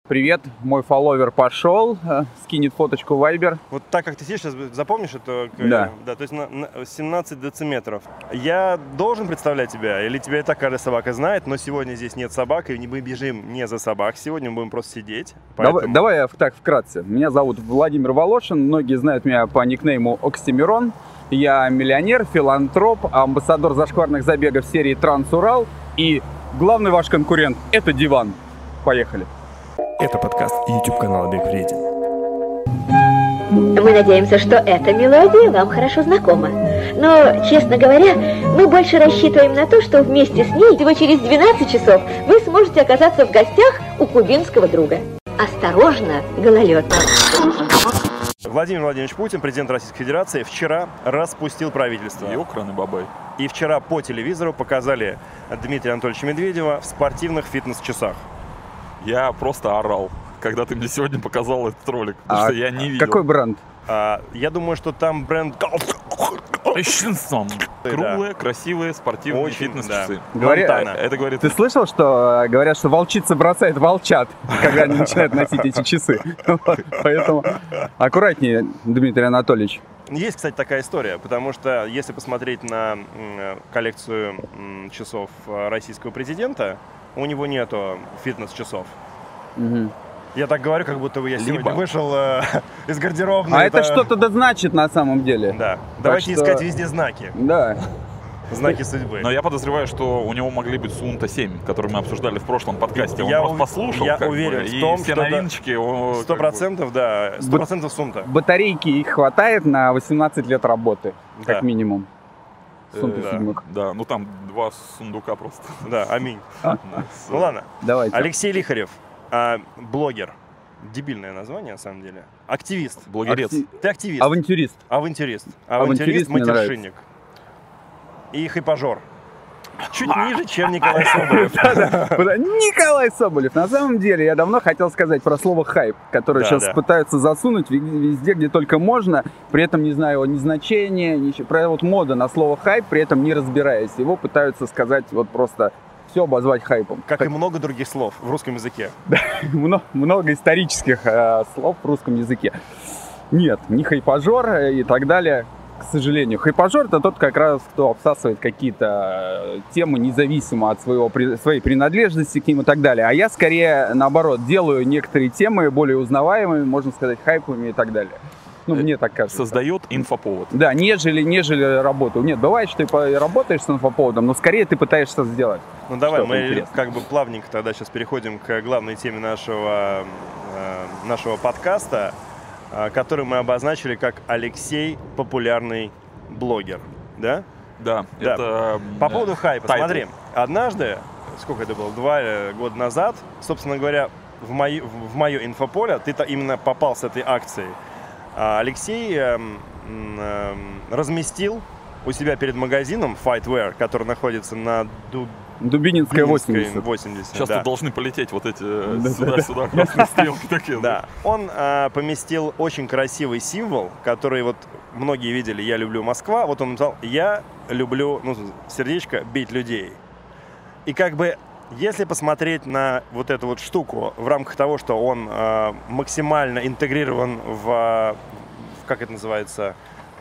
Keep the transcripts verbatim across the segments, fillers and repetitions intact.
Привет, мой фолловер пошел, скинет фоточку в Viber. Вот так, как ты сидишь, сейчас запомнишь это? Да. Да, то есть на, на семнадцать дециметров. Я должен представлять тебя, или тебя и так каждая собака знает, но сегодня здесь нет собак, и мы бежим не за собак, сегодня мы будем просто сидеть. Поэтому... Давай, давай я так вкратце. Меня зовут Владимир Волошин, многие знают меня по никнейму Оксимирон. Я миллионер, филантроп, амбассадор зашкварных забегов серии Транс-Урал, и главный ваш конкурент – это диван. Поехали. Это подкаст YouTube-канала Бег Вреден. Мы надеемся, что эта мелодия вам хорошо знакома. Но, честно говоря, мы больше рассчитываем на то, что вместе с ней всего через двенадцать часов вы сможете оказаться в гостях у кубинского друга. Осторожно, гололед. Владимир Владимирович Путин, президент Российской Федерации, вчера распустил правительство. Ёкран и бабай. И вчера по телевизору показали Дмитрия Анатольевича Медведева в спортивных фитнес-часах. Я просто орал, когда ты мне сегодня показал этот ролик, потому А что я не видел. какой бренд? А, я думаю, что там бренд... Круглые, красивые спортивные Очень, фитнес-часы. да. Говоря- Монтана. Это говорит... Ты слышал, что э, говорят, что волчица бросает волчат, когда они начинают носить эти часы? Вот, поэтому аккуратнее, Дмитрий Анатольевич. Есть, кстати, такая история, потому что если посмотреть на м, коллекцию м, часов э, российского президента, у него нету фитнес-часов. Мгм. Я так говорю, как будто бы я сегодня Либо- вышел э, из гардеробной. А это что-то да значит на самом деле. Да. Давайте что- искать везде знаки. Да. Знаки судьбы. Но я подозреваю, что у него могли быть Сунта семь, который мы обсуждали в прошлом подкасте. Он Я просто ув- послушал, я как бы, уверен в и том, все что да. новиночки... о, Сто как бы, процентов, да. Сто процентов сумта. Батарейки их хватает на восемнадцать лет работы, Да. как минимум. э, Сумка да. седьмых. Да, ну там два сундука просто. Да, аминь. Да, с- Ну ладно. Давайте. Алексей Лихарев, а, блогер. Дебильное название, на самом деле. Активист. Блогерец. Акти- Ты активист. Авантюрист. Авантюрист. Авантюрист Авантюрист, мне матершинник. И хайпажор. Чуть ниже, чем Николай Соболев. Николай Соболев. На самом деле, я давно хотел сказать про слово хайп, которое Да, сейчас да. пытаются засунуть везде, где только можно, при этом не знаю его ни значения, ничего. Про вот мода на слово хайп, при этом не разбираясь. Его пытаются сказать вот просто все обозвать хайпом. Как и много других слов в русском языке. Мно- много исторических э, слов в русском языке. Нет, не хайпажор э, и так далее, к сожалению. Хайпажор — это тот, как раз, кто обсасывает какие-то э, темы независимо от своего, при- своей принадлежности к ним и так далее. А я скорее, наоборот, делаю некоторые темы более узнаваемыми, можно сказать, хайповыми и так далее. Ну, Э, мне так кажется. Создает инфоповод. Да, нежели, нежели работу. Нет, бывает, что ты по- работаешь с инфоповодом, но скорее ты пытаешься сделать. Ну давай, Что-то мы интересное. как бы плавненько тогда сейчас переходим к главной теме нашего, э, нашего подкаста, э, который мы обозначили как Алексей популярный блогер. Да? Да, Да. это... По э, поводу хайпа. тайтл. Смотри, однажды, сколько это было, два э, года назад, собственно говоря, в, мои, в мое инфополе ты-то именно попал с этой акцией. А Алексей эм, эм, разместил у себя перед магазином Fightwear, который находится на Дубининская Дубининской восемьдесят. восемьдесят, Сейчас да. тут должны полететь вот эти э, Да, да, сюда-сюда красные стрелки такие. Да, он э, поместил очень красивый символ, который вот многие видели «Я люблю Москва». Вот он написал «Я люблю», ну, сердечко, бить людей». И как бы, если посмотреть на вот эту вот штуку в рамках того, что он э, максимально интегрирован в, в, как это называется,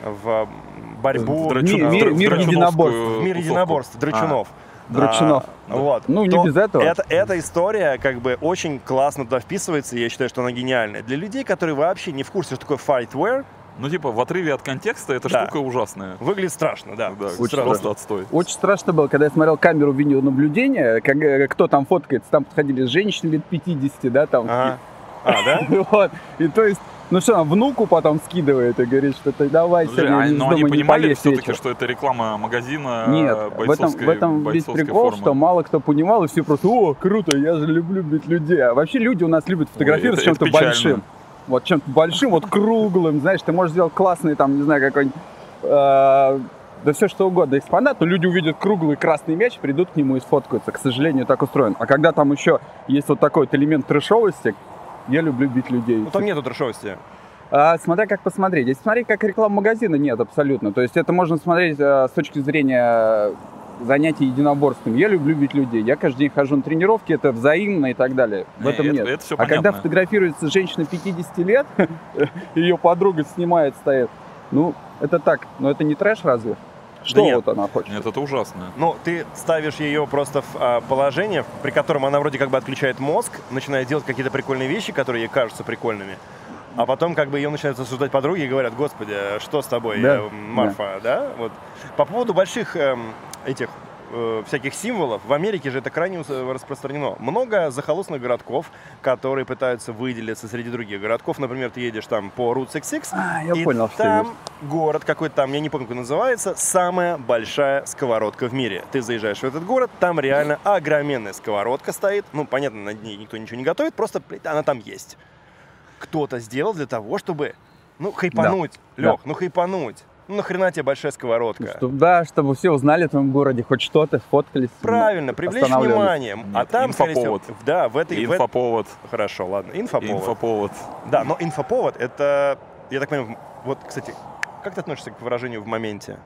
в борьбу, В драчу- Ми- в мир- дра- мир драчуновскую единоборств. в мир тусовку. единоборств, драчунов. Драчунов. А, вот. Ну, не То без этого. Это, эта история как бы очень классно туда вписывается, и я считаю, что она гениальная. Для людей, которые вообще не в курсе, что такое Fightwear, Ну, типа, в отрыве от контекста эта Да. штука ужасная. выглядит страшно, да. Да, Очень просто отстой. Очень страшно было, когда я смотрел камеру видеонаблюдения, как, э, кто там фоткается, там подходили женщины лет пятидесяти, да, там. Ага. А, да? Вот. И то есть, ну что, внуку потом скидывает и говорит, что ты давай Подожди, сегодня а- из но дома они не понимали полезь все-таки, вечером. что это реклама магазина Нет, э, в этом, бойцовской, в этом весь бойцовской прикол, формы? что мало кто понимал, и все просто, о, круто, я же люблю бить людей. А вообще люди у нас любят фотографироваться это- это чем-то печально. большим. Вот чем-то большим, вот круглым, знаешь, ты можешь сделать классный, там, не знаю, какой-нибудь, э, да все что угодно экспонат, но люди увидят круглый красный мяч, придут к нему и сфоткаются. К сожалению, так устроен. А когда там еще есть вот такой вот элемент трэшовости, я люблю бить людей. Ну там нету трэшовости. А, смотря как посмотреть. Если смотреть как реклама магазина, нет, абсолютно. То есть это можно смотреть а, с точки зрения занятия единоборством. Я люблю бить людей. Я каждый день хожу на тренировки, это взаимно и так далее. В Не, этом это- нет. это всё а когда понятно. фотографируется женщина пятидесяти лет, ее подруга снимает, стоит. Ну, это так. Но это не трэш разве? Что нет. вот она хочет? Нет, это ужасно. Ну, ты ставишь ее просто в а, положение, при котором она вроде как бы отключает мозг, начинает делать какие-то прикольные вещи, которые ей кажутся прикольными. А потом как бы ее начинают осуждать подруги и говорят: господи, что с тобой, Да, э, Марфа, да? Вот. По поводу больших эм, этих э, всяких символов, в Америке же это крайне ус- распространено. Много захолустных городков, которые пытаются выделиться среди других городков. Например, ты едешь там по Route шестьдесят шесть, А, я и понял, что там есть. город какой-то там, я не помню, как он называется, самая большая сковородка в мире. Ты заезжаешь в этот город, там реально огроменная сковородка стоит. Ну, понятно, на ней никто ничего не готовит, просто блядь, она там есть. Кто-то сделал для того, чтобы, ну, хайпануть. Да. Лех, ну хайпануть. Ну, нахрена тебе большая сковородка? Чтоб- да, чтобы все узнали в твоем городе, хоть что-то, фоткались. Правильно, привлечь останавливались. внимание. А Нет, там, скорее всего, инфоповод. да, в этой... в этой- Инфоповод. Хорошо, ладно, инфоповод. Инфоповод. Да, но инфоповод — это, я так понимаю, вот, кстати, как ты относишься к выражению «в моменте»?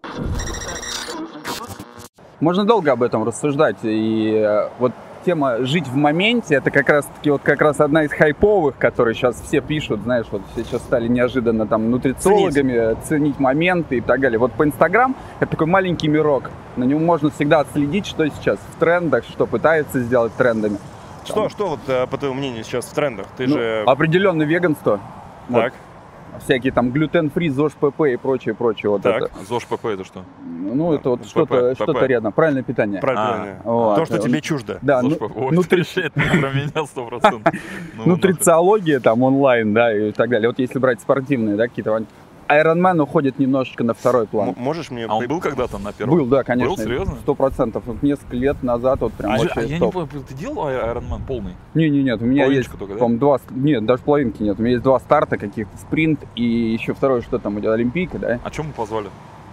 Можно долго об этом рассуждать. И э, вот тема «жить в моменте» — это как раз-таки вот как раз одна из хайповых, которые сейчас все пишут, знаешь, вот все сейчас стали неожиданно там нутрициологами, ценить, ценить моменты и так далее. Вот по Инстаграм это такой маленький мирок. На нем можно всегда отследить, что сейчас в трендах, что пытается сделать трендами. Что, что вот, э, по твоему мнению, сейчас в трендах? Ты Ну, же... определенно веганство. Вот. Так, Всякие там глютен-фри, ЗОЖ ПП и прочее, прочее. Вот Так. это. ЗОЖ ПП это что? Ну, это вот ПП, что-то, ПП. что-то рядом. Правильное питание. правильно. вот. То, что тебе чуждо. Да, ЗОЖ ну, ПП. Ой, нутри- это не про меня сто процентов. Ну, нутрициология там онлайн, да, и так далее. Вот если брать спортивные, да, какие-то вон- Ironman уходит немножечко на второй план. М- Можешь мне... А он при- был когда-то на первом? Был, да, конечно. Был, серьезно? Сто процентов. Вот несколько лет назад вот прям А, же- вообще а я не топ. помню, ты делал Ironman полный? Не, не, нет, у меня есть, Половиночку только, да? по-моему, два, нет, даже половинки нет. У меня есть два старта каких-то, спринт и еще второй, что там идет, Олимпийка, да? А чем мы позвали?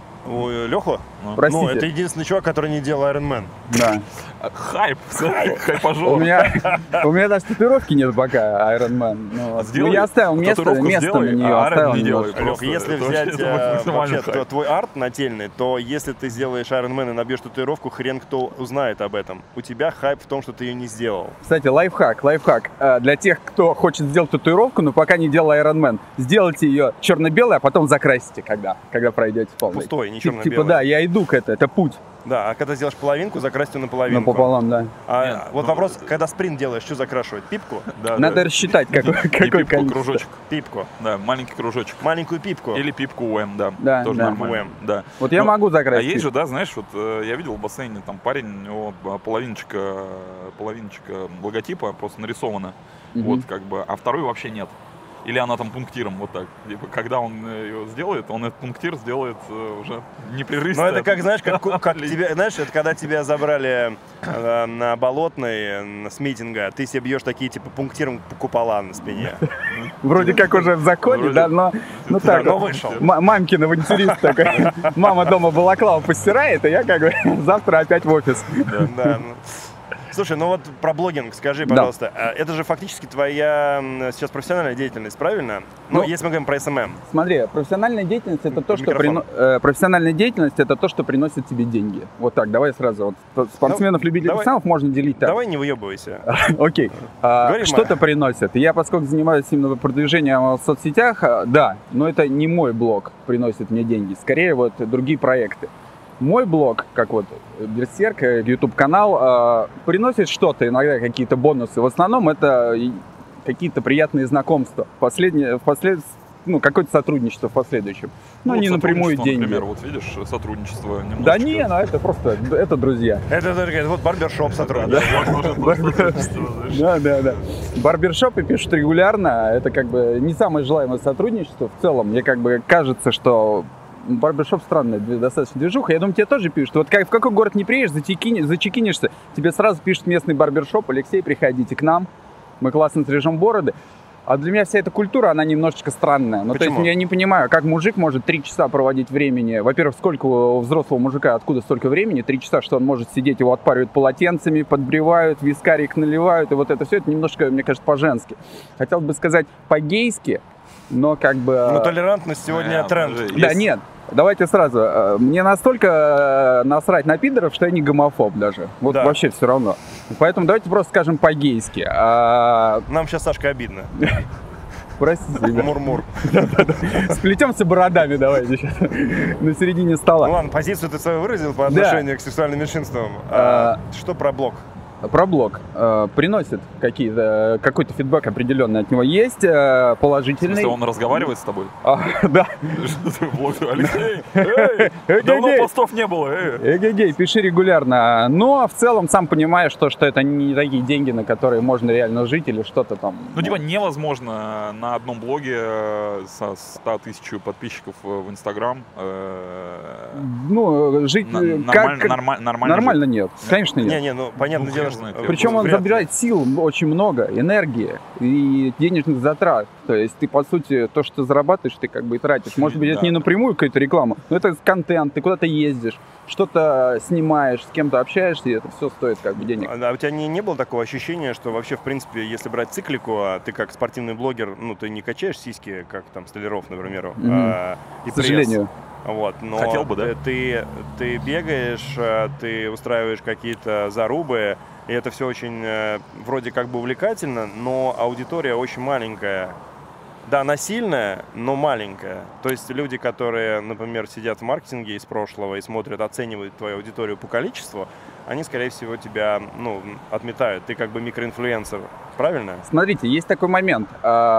Ой, Леху? Ну, Простите. Ну, это единственный чувак, который не делал Iron Man. Да. а, Хайп! У Хайпажор! меня, у меня даже татуировки нет пока, Iron Man. Ну, вот. Сделай Ну, я оставил место, татуировку, место сделай, на нее а оставил Iron не делай. немножко. Лех, Просто если это взять вообще- э, это максимальный вообще хайп. т- твой арт нательный, то если ты сделаешь Iron Man и набьешь татуировку, хрен кто узнает об этом. У тебя хайп в том, что ты ее не сделал. Кстати, лайфхак, лайфхак. Э, Для тех, кто хочет сделать татуировку, но пока не делал Iron Man, сделайте ее черно-белой, а потом закрасите, когда, когда пройдете полный. Пустой, не Тип- черно-белый. Типа, да, я иду к этому, это путь. Да, а когда сделаешь половинку, закрась ее наполовину. Напополам, да. А Нет, вот ну- вопрос, когда спринт делаешь, что закрашивать? Пипку? Да, Надо да. рассчитать, какой, И какой пипку, количество. кружочек. Пипку. Да, маленький кружочек. Маленькую пипку. Или пипку УМ, да. Да, Тоже да. нормально. УМ. Да. Вот я Ну, могу А закрасить. есть же, да, знаешь, вот э, я видел в бассейне, там парень, у него а, половиночка, половиночка логотипа просто нарисована, Мгм. вот как бы, а второй вообще нет. Или она там пунктиром, вот так. Типа, когда он э, ее сделает, он этот пунктир сделает э, уже непрерывно. Ну, это как, знаешь, как, как тебе, знаешь, это когда тебя забрали э, на Болотной э, с митинга, ты себе бьешь такие, типа, пунктиром купола на спине. Вроде как уже в законе, Вроде- да, но ну Да, так. но вот. вышел. М- Мамкин авантюрист такой. Мама дома балаклаву постирает, и я как бы завтра опять в офис. Да, ну. Слушай, ну вот про блогинг скажи, Да. пожалуйста. А это же фактически твоя м, сейчас профессиональная деятельность, правильно? Ну, Ну, если мы говорим про эс эм эм. Смотри, профессиональная деятельность это то, что Микрофон. прино- э, профессиональная деятельность это то, что приносит тебе деньги. Вот так, давай сразу. Вот спортсменов, любителей давай- профессионалов можно делить так. Давай не выебывайся. Окей. А, Говори, что-то Майя. приносит. Я, поскольку занимаюсь именно продвижением в соцсетях, а, да, но это не мой блог приносит мне деньги. Скорее вот другие проекты. Мой блог, как вот Берсерк, YouTube-канал, а, приносит что-то, иногда какие-то бонусы. В основном это и какие-то приятные знакомства. Последнее, впослед... ну, какое-то сотрудничество в последующем. Ну, вот не напрямую сотрудничество, деньги. Например, вот видишь, сотрудничество немножечко. Да не, ну это просто, это друзья. Это только вот барбершоп сотрудничает. Да, да, да. Барбершопы пишут регулярно. Это как бы не самое желаемое сотрудничество в целом. Мне как бы кажется, что барбершоп странная дв- достаточно движуха. Я думаю, тебе тоже пишут. Вот как, в какой город не приедешь, зачекини- зачекинишься, тебе сразу пишет местный барбершоп: Алексей, приходите к нам, мы классно стрижем бороды. А для меня вся эта культура, она немножечко странная. Ну, то Почему? есть я не понимаю, как мужик может три часа проводить времени. Во-первых, сколько у взрослого мужика, откуда столько времени? Три часа, что он может сидеть, его отпаривают полотенцами, подбривают, вискарик наливают. И вот это все, это немножко, мне кажется, по-женски. Хотел бы сказать по-гейски, но как бы... Ну, толерантность сегодня Э, тренд. подожди, Да, есть- нет, давайте сразу. Э, Мне настолько э, насрать на пидоров, что я не гомофоб даже. Вот Да. вообще все равно. Поэтому давайте просто скажем по-гейски. А, Нам сейчас, Сашка, обидно. Простите, ребят. Мур-мур. Сплетемся бородами давайте сейчас на середине Ну стола. ладно, позицию ты свою выразил по Да. отношению к сексуальным меньшинствам. А, А. Что про блог? Про блог. Э, Приносит какие-то, какой-то фидбэк определенный от него есть, э, В положительный. смысле, он разговаривает с тобой? А, да. Алексей, эй, давно Эй-гей-гей. постов не было, эй. Эгегей, пиши регулярно. Но в целом сам понимаешь, что, что это не такие деньги, на которые можно реально жить или что-то там. Ну, типа, невозможно на одном блоге э, со ста тысячу подписчиков э, в Инстаграм э, Ну, жить на- э, нормально, как- как- норма- нормально нормально жить. нет. Конечно нет. Не-не, ну, понятное Ну, дело, хрен что... знает, э, я Причем он вряд ли. забирает сил очень много, энергии и денежных затрат. То есть ты, по сути, то, что ты зарабатываешь, ты как бы и тратишь. Может быть, это Да. не напрямую какая-то реклама, но это контент, ты куда-то ездишь, что-то снимаешь, с кем-то общаешься, и это все стоит как бы денег. А у тебя не, не было такого ощущения, что вообще, в принципе, если брать циклику, а ты как спортивный блогер, ну, ты не качаешь сиськи, как там Столяров, например, Мгм. а, и К пресс. сожалению. Вот, но Хотел бы, да? ты, ты, ты бегаешь, а, ты устраиваешь какие-то зарубы, и это все очень э, вроде как бы увлекательно, но аудитория очень маленькая. Да, она сильная, но маленькая. То есть люди, которые, например, сидят в маркетинге из прошлого и смотрят, оценивают твою аудиторию по количеству, они, скорее всего, тебя, ну, отметают. Ты как бы микроинфлюенсер, правильно? Смотрите, есть такой момент.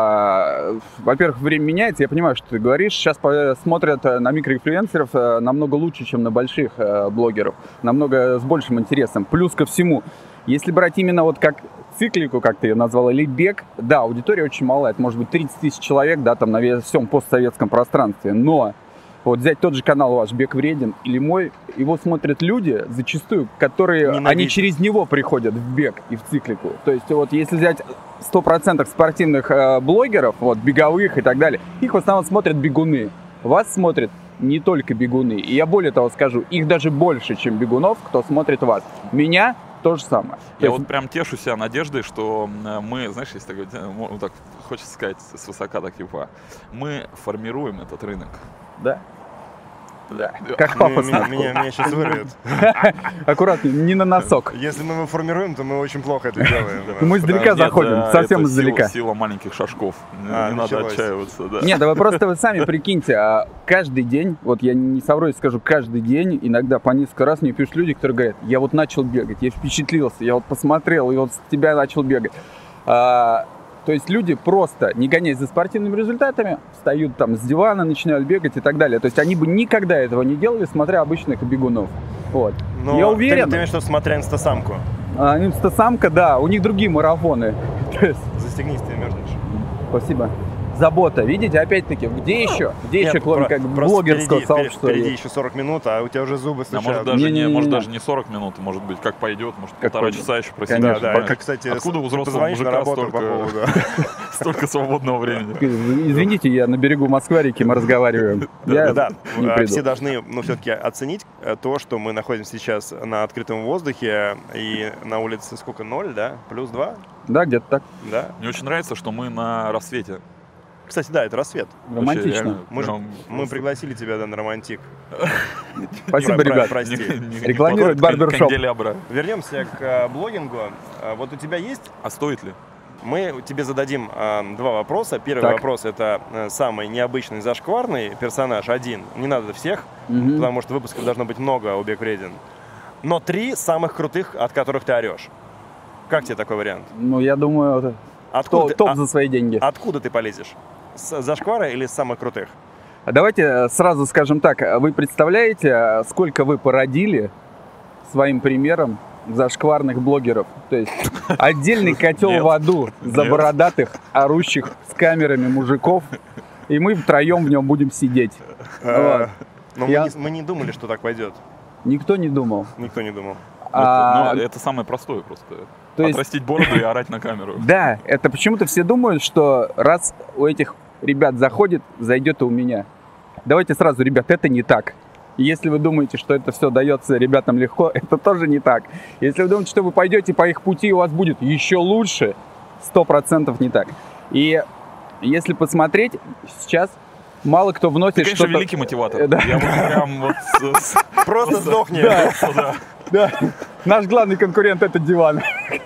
А, Во-первых, время меняется, я понимаю, что ты говоришь. Сейчас по- смотрят э, на микроинфлюенсеров э, намного лучше, чем на больших э, блогеров. Намного с большим интересом. Плюс ко всему, если брать именно вот как циклику, как ты ее назвал, или бег, да, аудитория очень малая. Это может быть тридцать тысяч человек, да, там на ве- всем постсоветском пространстве. Но вот взять тот же канал ваш «Бег вреден» или мой, его смотрят люди зачастую, которые, Ненавидят. они через него приходят в бег и в циклику. То есть вот если взять сто процентов спортивных э, блогеров, вот беговых и так далее, их в основном смотрят бегуны. Вас смотрят не только бегуны. И я более того скажу, их даже больше, чем бегунов, кто смотрит вас. Меня то же самое. То Я есть вот прям тешу себя надеждой, что э, мы, знаешь, есть такое, э, ну, так хочется сказать свысока, так типа, мы формируем этот рынок. Да. Да. Как Меня, пафосно. меня, меня сейчас вырвет. Аккуратно, не на носок. Если мы его формируем, то мы очень плохо это делаем. Мы издалека Нет, заходим, э, совсем это издалека. Сила, сила маленьких шажков. Не, А, не надо началось. отчаиваться, да. Нет, да вы просто вы сами прикиньте, а каждый день, вот я не совру, если скажу, каждый день, иногда по несколько раз мне пишут люди, которые говорят, я вот начал бегать, я впечатлился, я вот посмотрел, и вот с тебя начал бегать. А, то есть люди просто, не гоняясь за спортивными результатами, встают там с дивана, начинают бегать и так далее. То есть они бы никогда этого не делали, смотря обычных бегунов. Вот. Но Я ты- уверен. Ты, имеешь в виду, смотря инстасамку. А, инстасамка, да, у них другие марафоны. То есть, Застегнись, ты мерзнешь. спасибо. Забота, видите, опять-таки, где еще? Где еще, Нет, кроме про- как просто блогерского впереди- сообщества? Впереди есть? еще сорок минут, а у тебя уже зубы А стучат. может даже, не, Не-не-не-не. может даже не сорок минут, может быть, как пойдет, может Как полтора пойдет. часа еще просидеть. Конечно. Да, да, Понимаешь? это, кстати, Откуда у ты взрослого позвонишь на мужика работу по столько, поводу... столько свободного времени? Извините, я на берегу Москва-реки, мы разговариваем. Я Да, не а, приду. все должны, ну, все-таки оценить э, то, что мы находимся сейчас на открытом воздухе, и на улице сколько, ноль, да? Плюс два, Да, где-то так. да? Мне очень нравится, что мы на рассвете. Кстати, да, это рассвет. Вообще, Романтично. реально, Мы, же- прям мы просто пригласили тебя, да, на романтик. Спасибо, Про- про- ребят. Прости. не- не- не Рекламирует подходит барбершоп. канделябра. Вернемся к э, блогингу. А, Вот у тебя есть... А стоит ли? Мы тебе зададим э, два вопроса. Первый Так. вопрос — это э, самый необычный, зашкварный персонаж. Один. Не надо всех, Мгм. потому что выпусков должно быть много, а у «Бег вреден». Но три самых крутых, от которых ты орешь. Как тебе такой вариант? Ну, я думаю, это Откуда, топ, ты, топ а- за свои деньги. откуда ты полезешь? С зашквара или с самых крутых? А давайте э, сразу скажем так. Вы представляете, э, сколько вы породили своим примером зашкварных блогеров? То есть отдельный котел Нет. в аду за Нет. бородатых, орущих с камерами мужиков. И мы втроем в нем будем сидеть. Э, Вот. Но Я- мы, не, мы не думали, что так пойдет. Никто не думал. Никто не думал. А, Это, ну, это самое простое просто. то есть- Отрастить бороду и орать на камеру. Да, это почему-то все думают, что раз у этих ребят заходит, зайдет и у меня. Давайте сразу, ребят, это не так. Если вы думаете, что это все дается ребятам легко, это тоже не так. Если вы думаете, что вы пойдете по их пути, и у вас будет еще лучше, сто процентов не так. И если посмотреть, сейчас мало кто вносит Ты, конечно, что-то... великий мотиватор. Да. Я вот прям вот... с- с- Просто сдохни. Просто, да. Да, наш главный конкурент — это диван.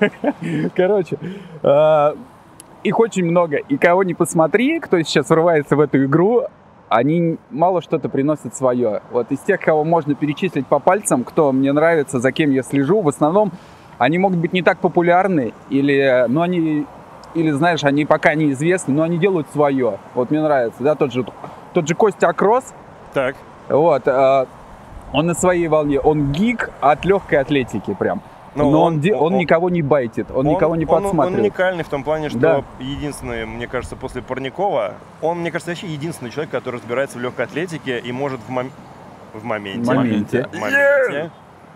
Короче, э, их очень много. И кого не посмотри, кто сейчас врывается в эту игру, они мало что-то приносят свое. Вот из тех, кого можно перечислить по пальцам, кто мне нравится, за кем я слежу, в основном они могут быть не так популярны, или, ну, они, или, знаешь, они пока неизвестны, но они делают свое. Вот мне нравится, да, тот же, тот же Костя Акрос, Так. вот, э, он на своей волне, он гик от легкой атлетики прям. Ну, Но он- он, де- он он- никого не байтит, он, никого не он- Он подсматривает. уникальный в том плане, что Да. единственный, мне кажется, после Парникова, он, мне кажется, вообще единственный человек, который разбирается в легкой атлетике и может в, мом- в моменте, В моменте. в моменте,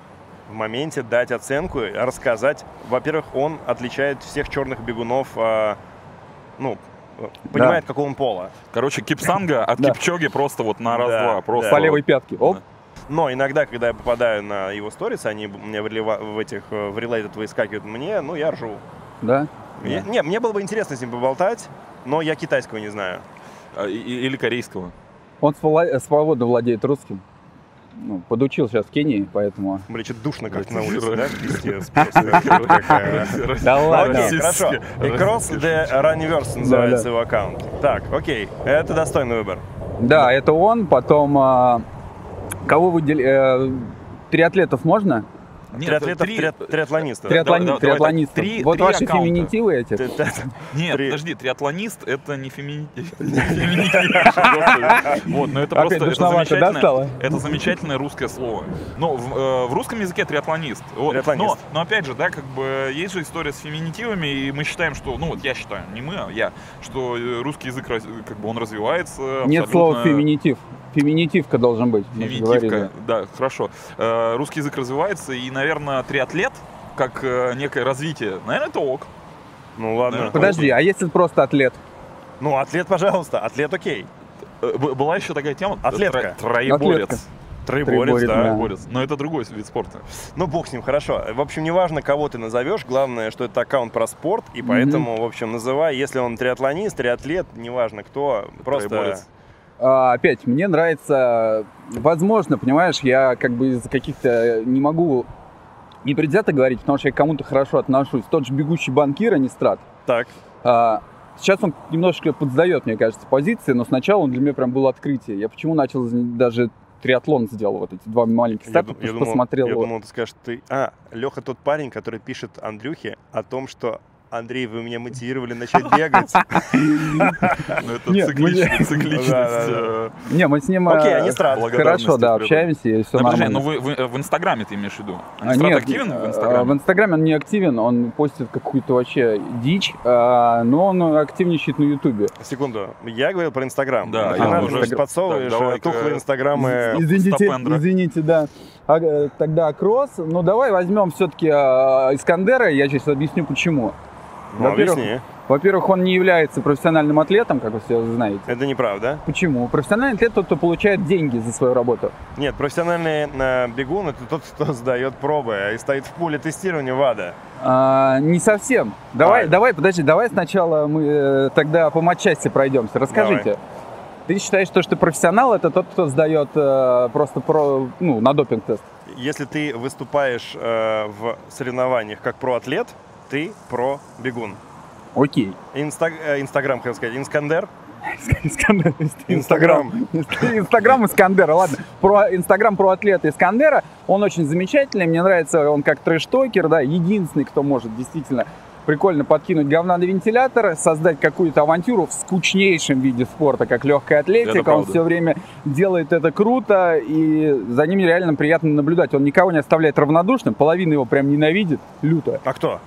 в моменте дать оценку, рассказать. Во-первых, он отличает всех черных бегунов, а, ну, понимает, какого он пола. Короче, Кипсанга от Да. Кипчоги просто вот на Да, раз-два. Просто да. По левой пятке. Оп. Да. Но иногда, когда я попадаю на его сторис, они у меня в, релива- в этих э, в related выскакивают мне, ну, я ржу. Да? Мне- Не, мне было бы интересно с ним поболтать, но я китайского не знаю. А, и- и- Или корейского. Он свободно свободно владеет русским. Ну, подучил сейчас в Кении, поэтому... Блин, что душно как-то на Блин, улице, да? тише. Пиздец. просто какая. Да Ну, ладно. окей, хорошо. И Cross the Runniverse называется его аккаунт. Так, окей, это достойный выбор. Да, это он. Потом... а, кого выделить? Триатлетов можно? Нет, Триатлетов, три- триат- триатлонистов. Триат- Триатлони- да, давай Триатлонистов. так, три- Вот три ваши аккаунта. феминитивы эти. Т- т- Нет, Три. подожди, триатлонист это не фемини- феминитив. Господи. Вот, но это Опять просто это душновато, да, замечательное- стало? это замечательное русское слово. Но в, э, в русском языке триатлонист. Вот. Триатлонист. Но, но опять же, да, как бы есть же история с феминитивами, и мы считаем, что, ну вот я считаю, не мы, а я, что э, русский язык раз- как бы он развивается. Нет абсолютно- слова феминитив. Феминитивка должен быть. мы же говорили. Феминитивка, да, хорошо. Э, русский язык развивается, и, наверное, триатлет, как э, некое развитие, наверное, это ок. Ну ладно. Подожди, а если просто атлет? Ну, атлет, пожалуйста, атлет окей. Э, б- Была еще такая тема. Атлетка. тро- Троеборец. Атлетка. Троеборец, Троеборец, да. да. Троеборец. Но это другой вид спорта. Ну, бог с ним, хорошо. В общем, неважно, кого ты назовешь, главное, что это аккаунт про спорт, и поэтому, в общем, называй, если он триатлонист, триатлет, неважно кто, просто... Троеборец. А, опять, мне нравится, возможно, понимаешь, я как бы из-за каких-то не могу непредвзято говорить, потому что я к кому-то хорошо отношусь. Тот же бегущий банкир, а не Страт. Так, А, сейчас он немножко подсдает, мне кажется, позиции, но сначала он для меня прям был открытие. Я почему начал даже триатлон сделал, вот эти два маленьких я, старта, ду- потому я что думал, посмотрел я его. думал, ты скажешь, ты... А, Леха тот парень, который пишет Андрюхе о том, что Андрей, вы меня мотивировали начать бегать. Ну, это Нет, цикличность, мне- цикличность. Да, да, да. э, Не, мы с ним Окей, э, они Страт. хорошо, да, благодарности общаемся, и все Да, подожди, нормально. ну вы, вы в Инстаграме ты имеешь в виду? А, Страт нет, активен в э, Инстаграме? В Инстаграме он не активен, он постит какую-то вообще дичь, а, но он активничает на Ютубе. Секунду, я говорил про Инстаграм. Да, Ты я нам уже- сейчас подсовываешь Так, давай-ка. тухлые Инстаграмы. Извините, Стопендра. извините, да. А, э, тогда кросс. Ну давай возьмем все-таки Искандера, я сейчас объясню почему. Ну, Во-первых, объясни. во-первых, он не является профессиональным атлетом, как вы все знаете. Это неправда. Почему? Профессиональный атлет тот, кто получает деньги за свою работу. Нет, профессиональный э, бегун — это тот, кто сдает пробы и стоит в пуле тестирования ВАДА. А, не совсем. Давай, А. давай, подожди, давай сначала мы э, тогда по матчасти пройдемся. Расскажите. Ты считаешь, что, что профессионал это тот, кто сдает э, просто про, ну, на допинг-тест? Если ты выступаешь э, в соревнованиях как проатлет, ты про-бегун. Окей. Инста- э, Инстаграм, хотел сказать, Инскандер. Искандер. Инстаграм. Инстаграм Искандера, ладно. Про Инстаграм про атлета Искандера, он очень замечательный, мне нравится, он как трэш-токер, да, единственный, кто может действительно прикольно подкинуть говна на вентилятор, создать какую-то авантюру в скучнейшем виде спорта, как легкая атлетика. Это Он правда. все время делает это круто, и за ним реально приятно наблюдать. Он никого не оставляет равнодушным, половина его прям ненавидит, люто. А кто?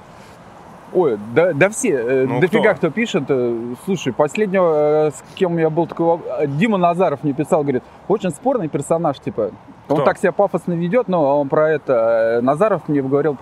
Ой, да, да все, э, Ну, дофига кто? кто пишет. Э, Слушай, последнего, э, с кем я был такой, э, Дима Назаров мне писал, говорит, очень спорный персонаж, типа, он Кто? так себя пафосно ведет, но он про это, э, Назаров мне говорил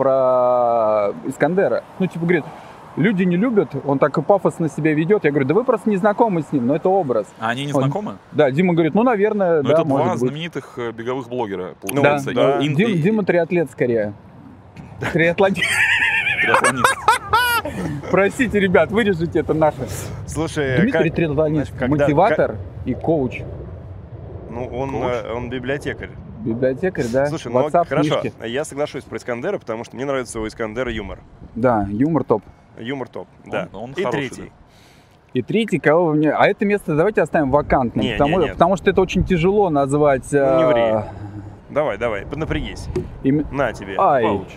про Искандера. Ну, типа, говорит, люди не любят, он так и пафосно себя ведет. Я говорю, да вы просто не знакомы с ним, но это образ. А они не Он- знакомы? Да, Дима говорит, ну, наверное, Ну, да, это может два быть. знаменитых э, беговых блогера, Да, получается. да. И- Дим- и- Дима триатлет скорее. Триатлон... триатлонист. Простите, ребят, вырежите это наше. Слушай, Дмитрий как- Треланич, когда- мотиватор и коуч. ну он, Коуч. э, он библиотекарь. Библиотекарь, да? Слушай, ну WhatsApp, хорошо, книжки. я соглашусь про Искандера, потому что мне нравится у Искандера юмор. Да, юмор топ. Юмор топ, да. Он- он И хороший, третий. И третий, кого вы мне... А это место давайте оставим вакантным, Не, потому, не, не. потому что это очень тяжело назвать... Ну, не а, ври. Давай, давай, напрягись. им- На тебе. Ай, Пауч.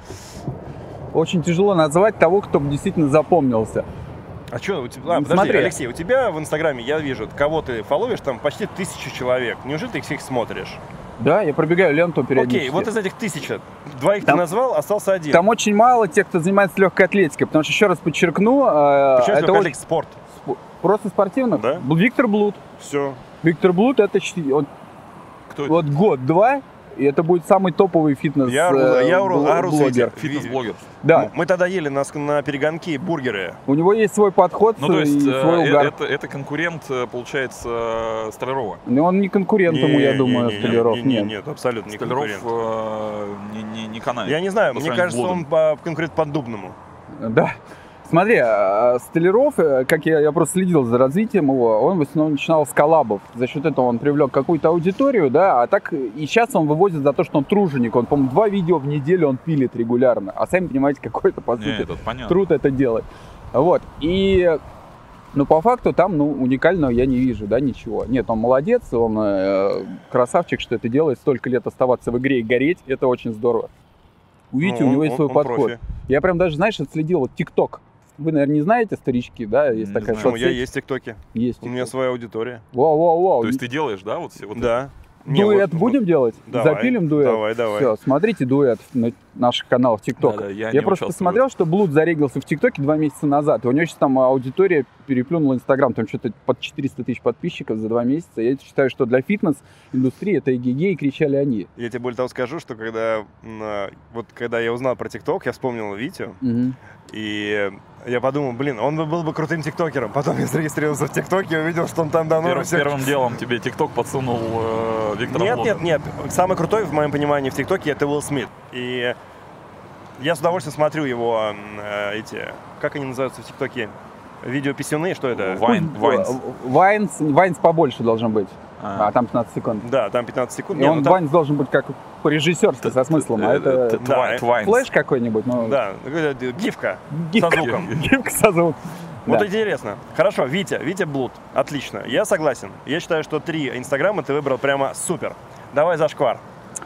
очень тяжело назвать того, кто бы действительно запомнился. А что, у тебя... А, Ну, подожди, смотри. Алексей, у тебя в Инстаграме, я вижу, кого ты фоловишь, там почти тысячу человек. Неужели ты их всех смотришь? Да, я пробегаю ленту периодически. Окей, вот из этих тысячи, двоих Там- ты назвал, остался один. Там очень мало тех, кто занимается легкой атлетикой, потому что, еще раз подчеркну, э, Почему это это очень спорт? спо- просто спортивно. Да? Виктор Блуд. Все. Виктор Блуд это щ- он- Кто это? вот год-два, и это будет самый топовый фитнес Я, э, ору- я ору- бл- ору с блогер. этим. Фитнес-блогер. Да, Мы тогда ели на, на перегонки бургеры. у него есть свой подход Ну, то есть, и э, свой э, угар. это, это конкурент, э, получается, э, Столярова. Но он не конкурент ему, я Не, думаю, не, не, Столяров. не, не, Нет. Нет, абсолютно не Столяров конкурент. э, не, не, не канает. Я не знаю, по мне сравнению с кажется, он Блудом. по- конкурент Поддубному. Да. Смотри, а, Столяров, э, как я, я просто следил за развитием его, он в основном начинал с коллабов. За счет этого он привлек какую-то аудиторию, да, а так и сейчас он вывозит за то, что он труженик. Он, по-моему, два видео в неделю он пилит регулярно. А сами понимаете, какой это, по Не, сути, это понятно. труд это делать. Вот. И, ну, по факту там, ну, уникального я не вижу, да, ничего. Нет, он молодец, он э, красавчик, что это делает. Столько лет оставаться в игре и гореть, это очень здорово. Увидите, Ну, у него он- есть свой он подход. профи. Я прям даже, знаешь, отследил вот ТикТок. Вы, наверное, не знаете, старички, да? Есть Не такая знаю. Почему? Я соцсеть. есть в ТикТоке. Есть. У меня своя аудитория. Вау, вау, вау. То есть ты делаешь, да, вот все вот Да. Не, Дуэт вот- будем делать? Давай, Запилим дуэт? давай, давай. Все, смотрите дуэт на наших каналах ТикТок. Да-да, я Я не просто участвую. посмотрел, что Блуд зарегался в ТикТоке два месяца назад, и у него сейчас там аудитория переплюнула Инстаграм, там что-то под четыреста тысяч подписчиков за два месяца. Я считаю, что для фитнес-индустрии это эгегей, кричали они. Я тебе более того скажу, что когда, м, а, вот когда я узнал про ТикТок, я вспомнил Витю, Мгм. и я подумал, блин, он бы был бы крутым тиктокером. Потом я зарегистрировался в ТикТоке и увидел, что он там давно... Первым, всех- первым делом тебе ТикТок подсунул э, Виктор Нет, Блуд. нет, нет. Самый крутой, в моем понимании, в ТикТоке это Уилл Смит. И я с удовольствием смотрю его э, эти... Как они называются в ТикТоке? Видео писюны, что это? Вайн, Пусть, Вайнс. э, Вайнс, Вайнс побольше должен быть, А. а там пятнадцать секунд. Да, там пятнадцать секунд. И Не, он, ну там- Вайнс должен быть как по-режиссерски, со смыслом, а Э, это э, Твай- да, Твайнс. флеш какой-нибудь, ну, Да, какая-то гифка гифка. со звуком. Гифка со звуком. Вот Да. интересно. Хорошо, Витя, Витя Блуд. Отлично. Я согласен. Я считаю, что три инстаграма ты выбрал прямо супер. Давай зашквар.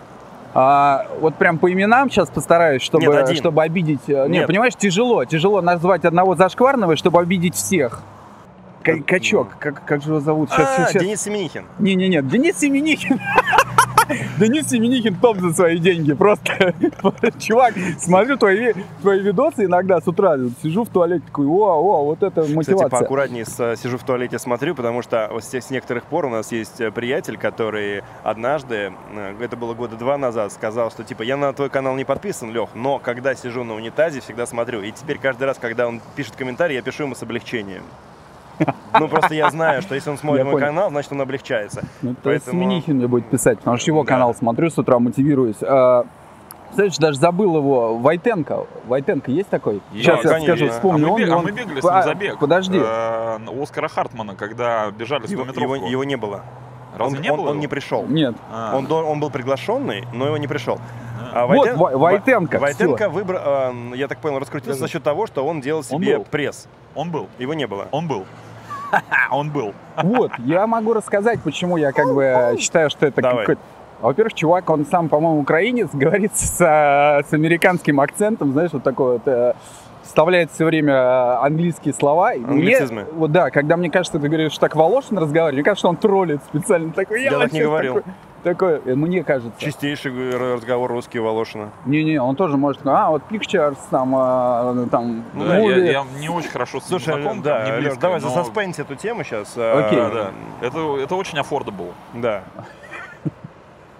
А, вот прям по именам сейчас постараюсь, чтобы, Нет, один. чтобы обидеть. э, Не, Нет. понимаешь, тяжело. Тяжело назвать одного зашкварного, чтобы обидеть всех. К- Качок, как, как же его зовут? Сейчас, А, сейчас. Денис Семенихин. Не-не-не, Денис Семенихин. Денис Семенихин топ за свои деньги. Просто, чувак, смотрю твои, твои видосы иногда с утра. Сижу в туалете, такой, о, о, вот это Кстати, мотивация. поаккуратнее с, сижу в туалете, смотрю, потому что вот с, с некоторых пор у нас есть э, приятель, который однажды, э, это было года два назад, сказал, что типа я на твой канал не подписан, Лех, но когда сижу на унитазе, всегда смотрю. И теперь каждый раз, когда он пишет комментарий, я пишу ему с облегчением. Ну, просто я знаю, что если он смотрит Я мой понял. канал, значит, он облегчается. Ну, то Поэтому- Семенихин мне будет писать, потому что его Да. канал смотрю с утра, мотивируюсь. А, Знаешь, даже забыл его. Войтенко. Войтенко есть такой? Есть. Сейчас я конечно. скажу, А вспомню. мы, он, бег- а он- мы бегали с А, ним забег. Подожди. Э, у Оскара Хартмана, когда бежали Его, сто метровку. его- его не было. Разве он, не он- было он его? не пришел. Нет. А, Он, до- он был приглашенный, но его не пришел. а. А Вот, Войтен- Вой- Войтенко, Во- Войтенко выбрал, э, я так понял, раскрутился за счет того, что он делал Он себе был. пресс. Он был. Его не было. Он был. Он был. Вот, я могу рассказать, почему я как бы считаю, что это Давай. какой-то... Во-первых, чувак, он сам, по-моему, украинец, говорит с, а, с американским акцентом, знаешь, вот такой вот... э, вставляет все время а, английские слова. И мне- Англицизмы. вот да, когда мне кажется, ты говоришь, что так Волошин разговаривает, мне кажется, что он троллит специально. Такой, Я вот так не щас говорил. Такой, такой, э, мне кажется. Чистейший г- разговор русский у Волошина. Не-не, он тоже может, а, вот pictures, там, а, там, Ну Да, я, movie. я не очень хорошо с ним Слушай, знаком, да, там, не Лёш, близко, давай но- засаспенси эту тему сейчас. Окей. Да, да. Это, это очень affordable. Да.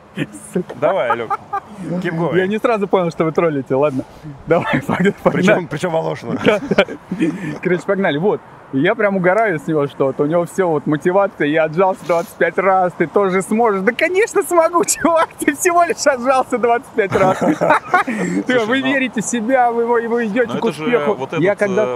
Давай, Люк, keep going. Я не сразу понял, что вы троллите, ладно. Давай, погнали. Причем, причем Волошину. Короче, погнали. Вот. И я прям угораю с него, что вот у него все вот мотивация. Я отжался двадцать пять раз, ты тоже сможешь. Да, конечно, смогу, чувак, ты всего лишь отжался двадцать пять раз. Вы верите в себя, вы идете к успеху. Я когда...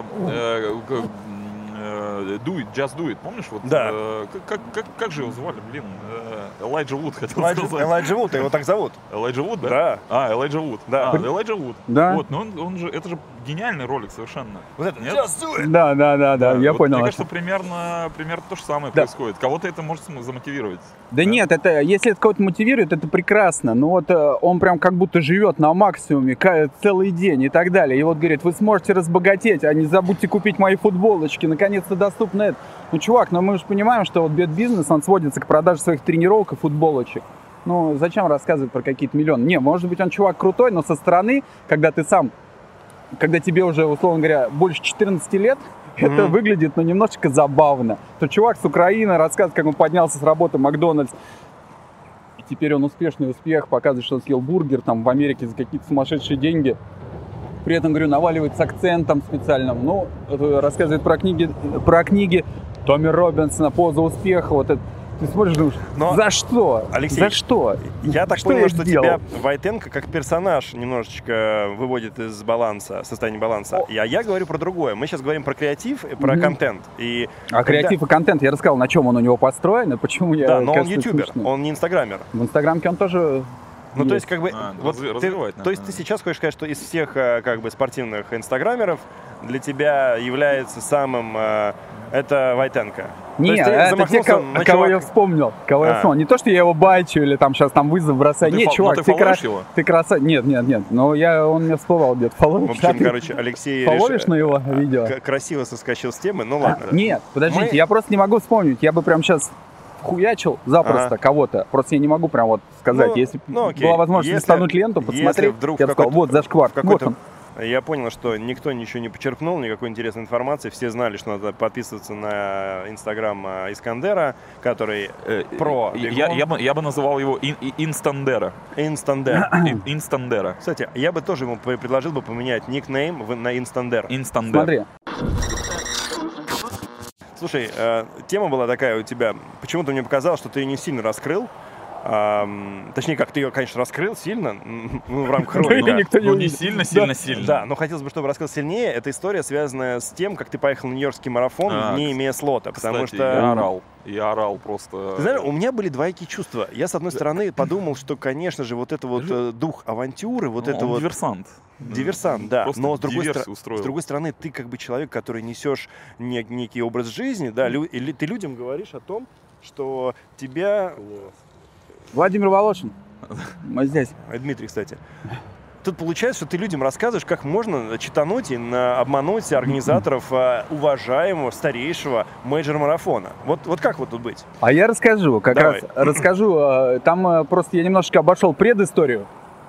Do it, just do it, помнишь? Вот, да. Э, как, как, как же его звали, блин? Э, Элайджа Вуд хотел Элайджа, сказать. Элайджа Вуд, его так зовут. Элайджа Вуд, да? Да. А, Элайджа Вуд. Да. А, Элайджа Вуд. Да. Вот, но он, он же, это же гениальный ролик совершенно. Вот это, нет? Just do it. Да, да, да, да, я вот, понял. Мне кажется, примерно, примерно то же самое да. происходит. Кого-то это может замотивировать. Да, да нет, это, если это кого-то мотивирует, это прекрасно. Но вот он прям как будто живет на максимуме целый день и так далее. И вот говорит, вы сможете разбогатеть, а не забудьте купить мои футболочки, наконец-то доступно это. Ну, чувак, но мы же понимаем, что вот бет-бизнес, он сводится к продаже своих тренировок и футболочек. Ну, зачем рассказывать про какие-то миллионы? Не, может быть, он чувак крутой, но со стороны, когда ты сам, когда тебе уже, условно говоря, больше четырнадцати лет, mm-hmm. это выглядит, ну, немножечко забавно. То чувак с Украины рассказывает, как он поднялся с работы в Макдональдс, и теперь он успешный успех, показывает, что он съел бургер там в Америке за какие-то сумасшедшие деньги. При этом, говорю, наваливает с акцентом специальным. Ну, рассказывает про книги, про книги Томми Робинсона, «Поза успеха». Вот это. Ты смотришь, думаешь, но, за что? Алексей, за что? Я так что понял, я что сделал? тебя Войтенко как персонаж немножечко выводит из баланса, состояния баланса. О. А я говорю про другое. Мы сейчас говорим про креатив и про mm-hmm. контент. И а когда... креатив и контент, я рассказал, на чем он у него построен и почему я... Да, но он ютубер, он не инстаграмер. В инстаграмке он тоже... Ну, есть. То есть, как бы, а, вот разви- ты, то есть ты сейчас хочешь сказать, что из всех, как бы, спортивных инстаграмеров для тебя является самым, это Войтенко? Нет, это те, кого, кого чувак... я вспомнил, кого а. я вспомнил. Не то, что я его бачу или там сейчас там вызов бросаю. Ну, нет, ты, чувак, ты, ты, кра... его? ты красавец. Нет, нет, нет, но я, он меня всплывал где-то. Фоловишь? В общем, короче, Алексей... Фоловишь реш... на его видео? Красиво соскочил с темы, ну ладно. А, нет, подождите, Мы... я просто не могу вспомнить. Я бы прям сейчас... хуячил запросто ага. кого-то. Просто я не могу прям вот сказать. Ну, если ну, была возможность если, листануть ленту, посмотреть, вдруг я бы сказал, вот зашквар, вот он. Я понял, что никто ничего не почерпнул, никакой интересной информации. Все знали, что надо подписываться на инстаграм Искандера, который э, про я, я, бы, я бы называл его ин, Инстандера. Инстандер. Инстандера. Кстати, я бы тоже ему предложил бы поменять никнейм на Инстандер. Инстандер. Смотри. Слушай, э, тема была такая у тебя. Почему-то мне показалось, что ты ее не сильно раскрыл. А, точнее, как ты ее, конечно, раскрыл сильно, ну, в рамках ролика. Ну, не сильно, сильно, сильно. Да, но хотелось бы, чтобы раскрыл сильнее. Эта история связана с тем, как ты поехал на Нью-Йоркский марафон, не имея слота. Потому что... я орал. Я орал просто. Ты знаешь, у меня были двоякие чувства. Я, с одной стороны, подумал, что, конечно же, вот это вот дух авантюры, вот это вот... Диверсант. Диверсант, да. Просто но с другой, стра- устроил. с другой стороны, ты как бы человек, который несешь не- некий образ жизни, да, лю- или ты людям говоришь о том, что тебя... Владимир Волошин. Мы здесь. Дмитрий, кстати. Тут получается, что ты людям рассказываешь, как можно читануть и на, обмануть организаторов а, уважаемого, старейшего мейджор-марафона. Вот, вот как вот тут быть? А я расскажу, как Давай. раз расскажу. Там просто я немножечко обошел предысторию.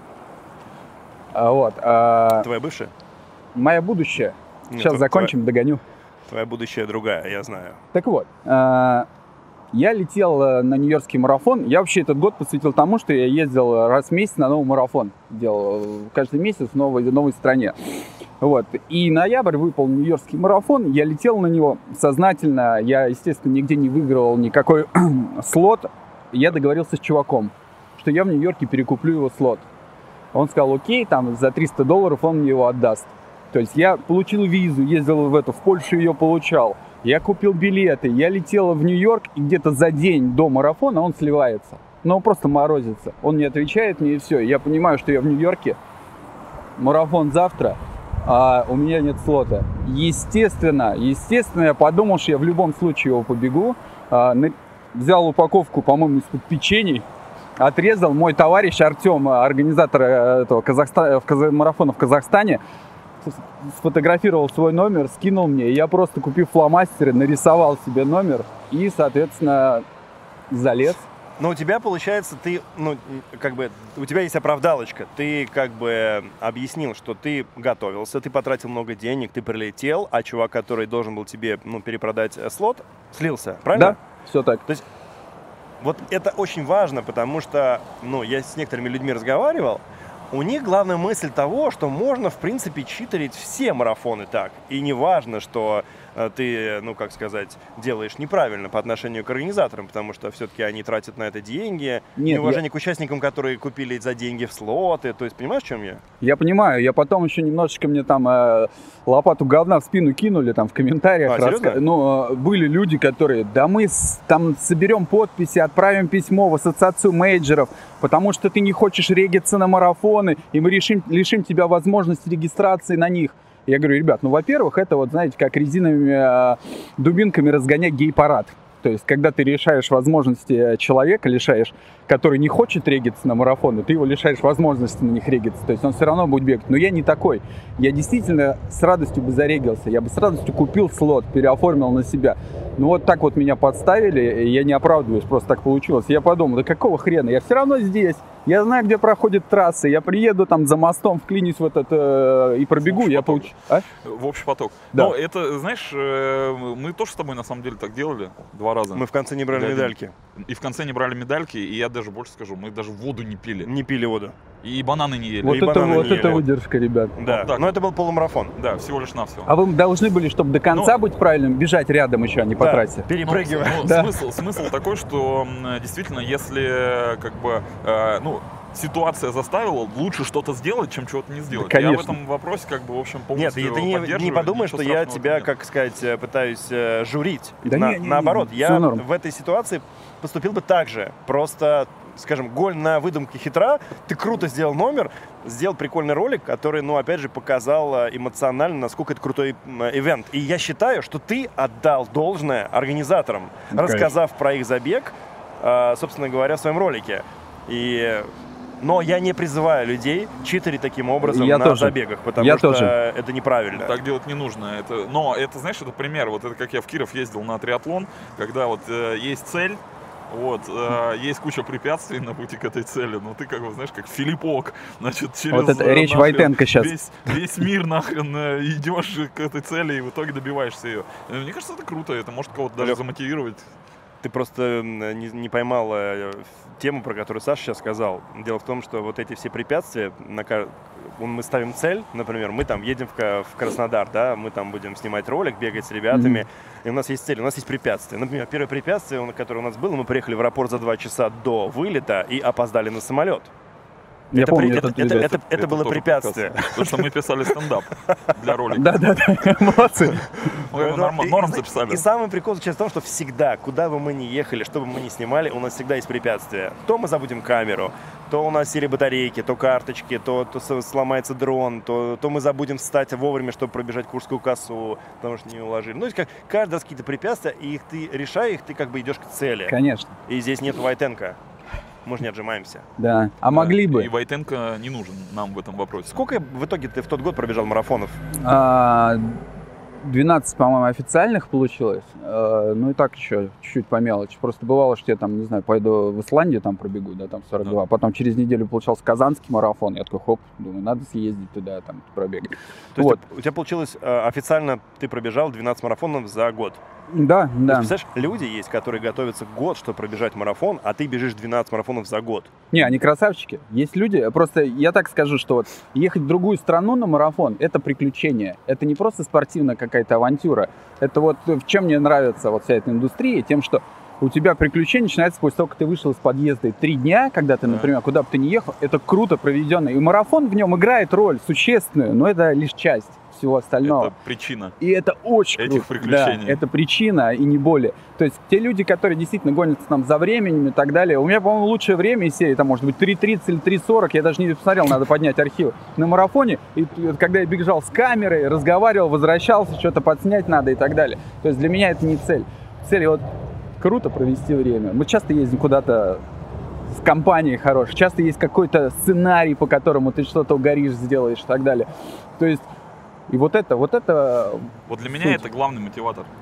Вот. Твоя бывшая? Моя будущая. Нет, Сейчас закончим, твоя, догоню. Твоя будущая другая, я знаю. Так вот. Я летел на Нью-Йоркский марафон. Я вообще этот год посвятил тому, что я ездил раз в месяц на новый марафон. Делал каждый месяц в новой, в новой стране. Вот. И ноябрь выпал Нью-Йоркский марафон. Я летел на него сознательно. Я, естественно, нигде не выигрывал никакой слот. Я договорился с чуваком, что я в Нью-Йорке перекуплю его слот. Он сказал, окей, там за триста долларов он мне его отдаст. То есть я получил визу, ездил в эту, в Польшу ее получал. Я купил билеты, я летел в Нью-Йорк, и где-то за день до марафона он сливается. Но он просто морозится. Он не отвечает мне, и все. Я понимаю, что я в Нью-Йорке, марафон завтра, а у меня нет слота. Естественно, естественно, я подумал, что я в любом случае его побегу. А, взял упаковку, по-моему, из-под печений, отрезал. Мой товарищ Артем, организатор этого Казахстана, марафона в Казахстане, сфотографировал свой номер, скинул мне, и я просто, купив фломастеры, нарисовал себе номер и, соответственно, залез. Но у тебя, получается, ты, ну, как бы, у тебя есть оправдалочка. Ты, как бы, объяснил, что ты готовился, ты потратил много денег, ты прилетел, а чувак, который должен был тебе, ну, перепродать слот, слился, правильно? Да, все так. То есть вот это очень важно, потому что, ну, я с некоторыми людьми разговаривал, у них главная мысль того, что можно, в принципе, читерить все марафоны так. И не важно, что э, ты, ну, как сказать, делаешь неправильно по отношению к организаторам, потому что все-таки они тратят на это деньги. Нет, неуважение я... к участникам, которые купили за деньги в слоты. То есть, понимаешь, в чем я? Я понимаю. Я потом еще немножечко мне там э, лопату говна в спину кинули там в комментариях. А, серьезно? Раска... Ну, э, были люди, которые, да мы с... там соберем подписи, отправим письмо в ассоциацию менеджеров, потому что ты не хочешь региться на марафоны, и мы решим, лишим тебя возможности регистрации на них. Я говорю, ребят, ну, во-первых, это вот, знаете, как резиновыми э, дубинками разгонять гей-парад. То есть, когда ты решаешь возможности человека, лишаешь, который не хочет региться на марафоны, ты его лишаешь возможности на них региться. То есть, он все равно будет бегать. Но я не такой. Я действительно с радостью бы зарегился. Я бы с радостью купил слот, переоформил на себя. Ну, вот так вот меня подставили, и я не оправдываюсь, просто так получилось. Я подумал, да какого хрена, я все равно здесь. Я знаю, где проходит трасса. Я приеду там за мостом, вклинюсь в этот э, и пробегу. Я получу. А? В общий поток. Да. Но это, знаешь, э, мы тоже с тобой на самом деле так делали два раза. Мы в конце не брали Для медальки. И в конце не брали медальки, и я даже больше скажу, мы даже воду не пили. Не пили воду. И бананы не ели. Вот И это, бананы вот не это ели. выдержка, ребят. Да, Вот так но вот. это был полумарафон. Да, всего лишь навсего. А вы должны были, чтобы до конца Ну, быть правильным, бежать рядом еще, а не по Да, трассе. перепрыгивая. Ну, с- ну, Да. смысл, смысл такой, что м, действительно, если как бы, э, ну, ситуация заставила, лучше что-то сделать, чем чего-то не сделать. Да, я в конечно. этом вопросе, как бы, в общем, Нет, полностью ты не, не поддерживаю, подумай, что ничего я страшного в тебя, этом нет. как сказать, э, пытаюсь э, журить. Да На- не, не, не, наоборот, всё я норм. в этой ситуации поступил бы так же. Просто, скажем, голь на выдумке хитра. Ты круто сделал номер, сделал прикольный ролик, который, ну, опять же, показал э, эмоционально, насколько это крутой м, ивент. И я считаю, что ты отдал должное организаторам, Ну, рассказав про их забег, э, собственно говоря, в своем ролике. И... Но я не призываю людей читерить таким образом Я на тоже. забегах, потому Я что тоже. это неправильно. Так делать не нужно. Это, но это, знаешь, это пример. Вот это как я в Киров ездил на триатлон, когда вот э, есть цель, вот, э, есть куча препятствий на пути к этой цели, но ты как бы, знаешь, как Филиппок, значит, через... Вот это э, речь нахрен Войтенко щас. Весь, весь мир нахрен э, идешь к этой цели и в итоге добиваешься ее. Э, Мне кажется, это круто, это может кого-то даже Лёх, замотивировать. Ты просто м, не, не поймал э, тему, про которую Саша сейчас сказал. Дело в том, что вот эти все препятствия, на, ка- мы ставим цель, например, мы там едем в, Ка- в Краснодар, да, мы там будем снимать ролик, бегать с ребятами, Mm-hmm. и у нас есть цель, у нас есть препятствия. Например, первое препятствие, он- которое у нас было, мы приехали в аэропорт за два часа до вылета и опоздали на самолет. Я это, помню при- этот это, это, видос. это- это было тоже препятствие. препятствие. Потому что мы писали стендап для ролика. Да-да-да, молодцы. Мы его Ну, норм, и- норм и- записали. И самый прикол заключается в том, что всегда, куда бы мы ни ехали, что бы мы ни снимали, у нас всегда есть препятствия. То мы забудем камеру, то у нас сели батарейки, то карточки, то, то с- сломается дрон, то, то мы забудем встать вовремя, чтобы пробежать Курскую косу, потому что не уложили. Ну, то есть как, каждый раз какие-то препятствия, и их ты, решая их, ты как бы идешь к цели. Конечно, И здесь нет Войтенко. Мы же не отжимаемся. да. А могли И бы. Войтенко не нужен нам в этом вопросе. Сколько в итоге ты в тот год пробежал марафонов? А, двенадцать, по-моему, официальных получилось. А, ну и так еще чуть-чуть по мелочи. Просто бывало, что я там, не знаю, пойду в Исландию, там пробегу, да, там сорок два. Да. Потом через неделю получался Казанский марафон. Я такой, хоп, думаю, надо съездить туда, там, пробегать. То есть Вот. ты- у тебя получилось э, официально, ты пробежал двенадцать марафонов за год. Да, То да. есть, представляешь, люди есть, которые готовятся год, чтобы пробежать марафон, а ты бежишь двенадцать марафонов за год. Не, они красавчики. Есть люди, просто я так скажу, что вот ехать в другую страну на марафон – это приключение. Это не просто спортивная какая-то авантюра. Это вот в чем мне нравится вот вся эта индустрия, тем, что у тебя приключение начинается после того, как ты вышел из подъезда. И три дня, когда ты, Да. например, куда бы ты ни ехал, это круто проведено. И марафон в нем играет роль существенную, но это лишь часть всего остального. Это причина. И это очень Этих круто. приключений. Да, это причина и не более. То есть те люди, которые действительно гонятся там за временем и так далее. У меня, по-моему, лучшее время из серии, там, может быть, три тридцать или три сорок. Я даже не посмотрел, надо поднять архив. На марафоне, и когда я бежал с камерой, разговаривал, возвращался, что-то подснять надо и так далее. То есть для меня это не цель. Цель вот круто провести время. Мы часто ездим куда-то с компанией хорошей. Часто есть какой-то сценарий, по которому ты что-то угоришь, сделаешь и так далее. То есть и вот это, вот это... Вот для меня суть. это главный мотиватор.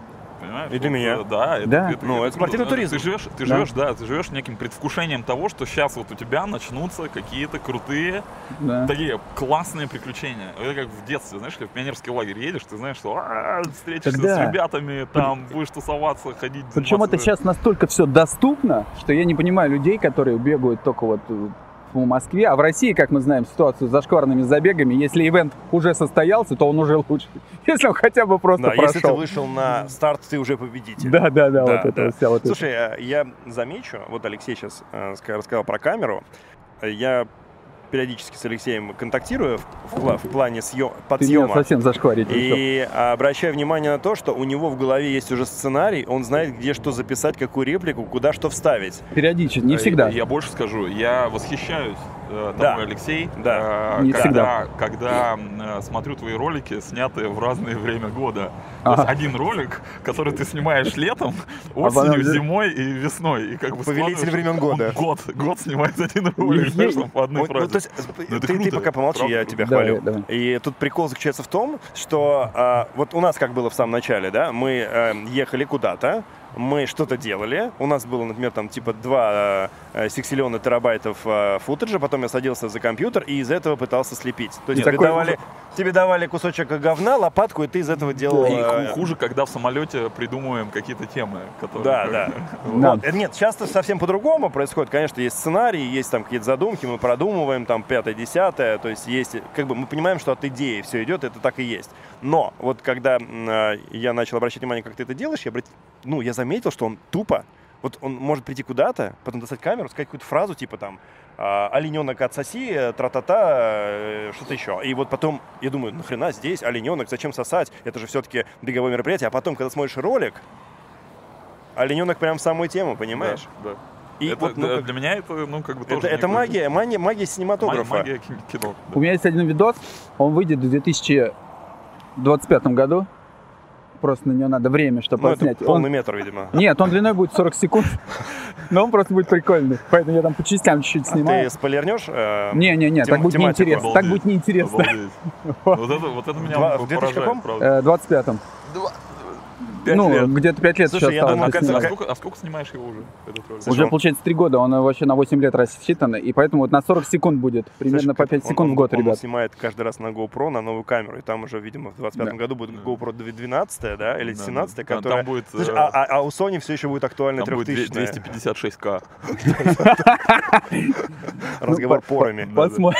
понимаешь? И для Вот, меня. э, Да, это, Да. это- Ну, это это спортивный круто. туризм. Ты живешь, ты Да. живешь, да, ты живешь неким предвкушением того, что сейчас вот у тебя начнутся какие-то крутые, Да. такие классные приключения. Это как в детстве, знаешь, ли в пионерский лагерь едешь, ты знаешь, что «А, встретишься Тогда- с ребятами, там будешь тусоваться, ходить. Причем это заниматься». сейчас настолько все доступно, что я не понимаю людей, которые бегают только вот э, в Москве. А в России, как мы знаем, ситуацию с зашкварными забегами, если ивент уже состоялся, то он уже лучше. Если он хотя бы просто Да, прошел. если ты вышел на старт, ты уже победитель. Да, да, да, Да, вот это да. вот вся вот эта. Слушай, э, я замечу, вот Алексей сейчас э, ска- рассказал про камеру. Э, Я периодически с Алексеем контактирую в, в пла- в плане съем, Ты меня подъема. совсем зашкварить решил. И обращаю внимание на то, что у него в голове есть уже сценарий, он знает, где что записать, какую реплику, куда что вставить. Периодически, не Э, всегда. Я, я больше скажу, я восхищаюсь э, Да. тобой, Алексей, Да. э, Не когда, когда э, смотрю твои ролики, снятые в разное время года. То Ага. есть один ролик, который ты снимаешь летом, А потом осенью, же- зимой и весной. И как бы Повелитель складываешь, времен он года. Год, год снимает один ролик, Е- знаешь, там по одной Вот, ну, фразе. то есть, Ну, это ты, ты круто, пока помолчи, правда я круто. тебя Давай, хвалю. давай. И тут прикол заключается в том, что а, вот у нас как было в самом начале, да, мы э, ехали куда-то, мы что-то делали, у нас было, например, там типа два э, сексиллиона терабайтов э, футажа, потом я садился за компьютер и из этого пытался слепить. То есть И тебе, такой давали, тебе давали кусочек говна, лопатку, и ты из этого делал... И э, ху- хуже, когда в самолете придумываем какие-то темы, которые... Да, как- да. Да. Вот. Э, Нет, часто совсем по-другому происходит. Конечно, есть сценарий, есть там какие-то задумки, мы продумываем там пятое, десятое. То есть есть, как бы мы понимаем, что от идеи все идет, это так и есть. Но вот когда м, э, я начал обращать внимание, как ты это делаешь, я, обрат- ну, я заметил, что он тупо, вот он может прийти куда-то, потом достать камеру, сказать какую-то фразу типа там а, «Олененок отсоси», э, тра-та-та, э, что-то еще. И вот потом я думаю, нахрена здесь олененок, зачем сосать? Это же все-таки беговое мероприятие. А потом, когда смотришь ролик, олененок прям в самую тему, понимаешь? Да, да. И Это, вот, ну, да, как- для меня это, ну, как бы это, тоже это некое- магия, магия, магия синематографа. Магия ки- кино. У меня есть один видос, он выйдет в две тысячи двадцать пятом году. Просто на него надо время, чтобы Ну, это отснять. полный Он- метр, видимо. Нет, он длиной будет сорок секунд, но он просто будет прикольный. Поэтому я там по частям чуть-чуть снимаю. Ты спойлернешь? э, Не-не-не, так тем- будет тематику? неинтересно. Так будет неинтересно. Обалдеть. Вот это, вот это меня Два- в две тысячи поражает, каком? правда. Э, двадцать пятом. Пять Ну, лет. где-то пять лет Слушай, еще я осталось. думаю, до как- А снимать. сколько, а сколько снимаешь его уже, этот ролик? Слушай, Уже он- получается три года, он вообще на восемь лет рассчитан, и поэтому вот на сорок секунд будет, примерно Слышишь, по как пять он- секунд он- в год, он ребят. снимает каждый раз на GoPro, на новую камеру, и там уже, видимо, в двадцать пятом Да. году будет GoPro двенадцать, да, или Да, да. семнадцать, Там- которая... Там будет, Слушай, э, а, а- а у Sony все еще будет актуально там будет две- трехтысячная. двести пятьдесят шесть ка. Разговор Ну, по- порами. по- Посмотрим.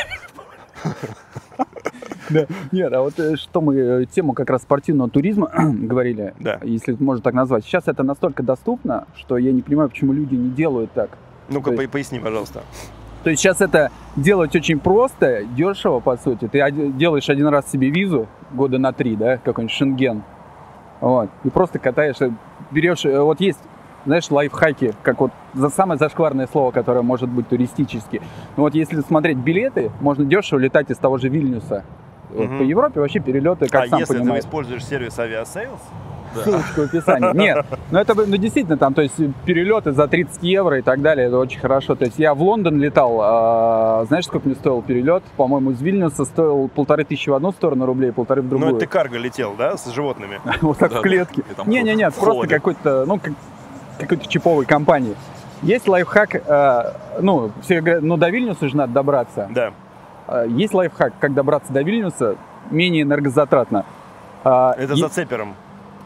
Да. Нет, а вот э, что мы э, тему как раз спортивного туризма говорили, Да. если можно так назвать. Сейчас это настолько доступно, что я не понимаю, почему люди не делают так. Ну-ка, То по- есть- поясни, пожалуйста. То есть сейчас это делать очень просто, дешево, по сути. Ты од- делаешь один раз себе визу года на три, да, какой-нибудь Шенген. Вот. И просто катаешься, берешь, э, вот есть, знаешь, лайфхаки, как вот за самое зашкварное слово, которое может быть туристически. Ну вот если смотреть билеты, можно дешево летать из того же Вильнюса. Вот Мгм. По Европе вообще перелеты, как А сам если понимаешь. ты используешь сервис Aviasales, Ссылочка в описании. Нет, ну это ну, действительно там, то есть перелеты за тридцать евро и так далее, это очень хорошо. То есть я в Лондон летал, а, знаешь, сколько мне стоил перелет? По-моему, из Вильнюса стоил полторы тысячи в одну сторону рублей, полторы в ну другую. это ты карго летел, да, с животными? Вот так Да, в клетке. и там Не-не-не, в просто холоде. какой-то, ну, как- какой-то чиповой компании. Есть лайфхак, э, ну, все говорят, ну, до Вильнюса же надо добраться. Да. Э, Есть лайфхак, как добраться до Вильнюса менее энергозатратно. Э, Это е- за цепером.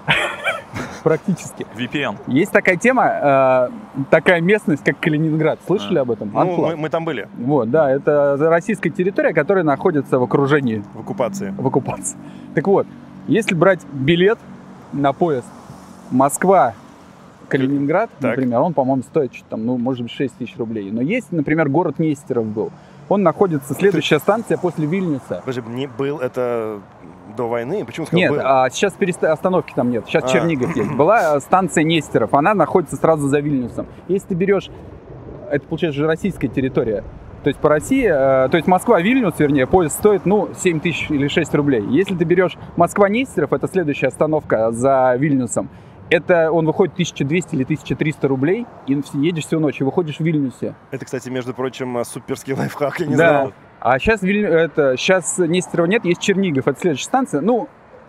Практически. ви пи эн. Есть такая тема, э, такая местность, как Калининград. Слышали А. об этом? Ну, Анклав. мы, мы там были Вот, да, это российская территория, которая находится в окружении, в оккупации. в оккупации. Так вот, если брать билет на поезд Москва, Калининград, Так. например, он, по-моему, стоит что-то там, ну, может быть, шесть тысяч рублей. Но есть, например, город Нестеров был. Он находится, следующая станция после Вильнюса. Подожди, не был это до войны? Почему сказал Нет, был? а сейчас переста- остановки там нет. Сейчас А. Чернигов есть. Была э, станция Нестеров, она находится сразу за Вильнюсом. Если ты берешь, это получается же российская территория. То есть по России, э, то есть Москва-Вильнюс, вернее, поезд стоит, ну, семь тысяч или шесть рублей. Если ты берешь Москва-Нестеров, это следующая остановка за Вильнюсом, это он выходит тысяча двести или тысяча триста рублей, и едешь всю ночь, и выходишь в Вильнюсе. Это, кстати, между прочим, суперский лайфхак, я не Да. знал. А сейчас, Виль... это, сейчас Нестерова нет, есть Чернигов, это следующая станция. Ну,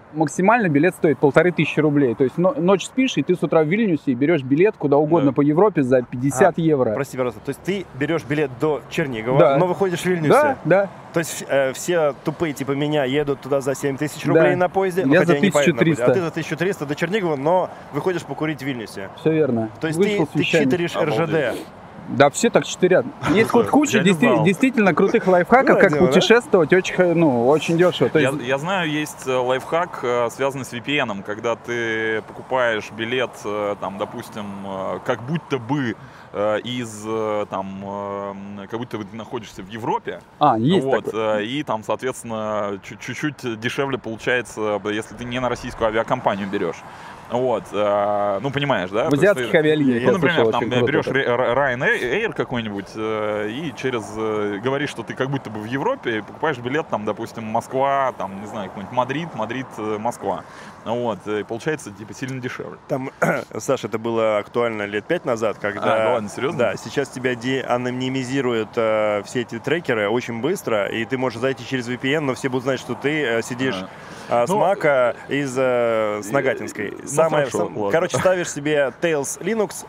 максимально билет стоит полторы тысячи рублей. То есть но, ночь спишь, и ты с утра в Вильнюсе берешь билет куда угодно Да. по Европе за пятьдесят А, евро. Прости, пожалуйста, то есть ты берешь билет до Чернигова, Да. но выходишь в Вильнюсе? Да, да. То есть э, все тупые типа меня едут туда за семь тысяч Да. рублей на поезде, ну, Я хотя за не поеду на поезде, тысячу триста. а ты за тысячу триста до Чернигова, но выходишь покурить в Вильнюсе. Все верно. То есть Вышел ты, с ты вещами. читеришь эр жэ дэ. Да, все так читерят. Есть вот куча Я не действи- знал. действительно крутых лайфхаков, Ну, как Дима, да? путешествовать очень, х- ну, очень дешево. То Я, есть, я знаю, есть э, лайфхак, э, связанный с ви пи эн, когда ты покупаешь билет, э, там, допустим, э, как будто бы э, из, э, там, э, как будто бы ты находишься в Европе, а, есть вот, такое. э, и там, соответственно, чуть- чуть-чуть дешевле получается, если ты не на российскую авиакомпанию берешь. Вот, э, ну, понимаешь, да? В То есть азиатских ты- авиалиниях, Ну, я например, слышал, там очень круто берешь это. Ре- Ryanair какой-нибудь э, и через э, говоришь, что ты как будто бы в Европе, и покупаешь билет, там, допустим, Москва, там, не знаю, какой-нибудь Мадрид, Мадрид, э, Москва. Вот, и получается, типа, сильно дешевле. Там, Саша, это было актуально лет пять назад, когда... А, да ладно, серьезно? Да, сейчас тебя деанонимизируют э, все эти трекеры очень быстро, и ты можешь зайти через ви пи эн, но все будут знать, что ты э, сидишь э, с Ну, Мака из э, с Нагатинской. ну, Самое, хорошо, сам- ладно. короче, ставишь себе Tails Linux,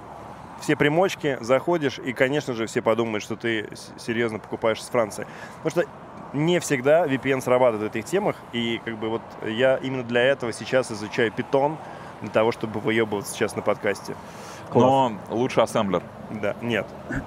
все примочки, заходишь, и, конечно же, все подумают, что ты с- серьезно покупаешь с Франции. Потому что не всегда ви пи эн срабатывает в этих темах, и как бы вот я именно для этого сейчас изучаю Python, для того, чтобы выебываться сейчас на подкасте. Но лучше ассемблер, Да, нет,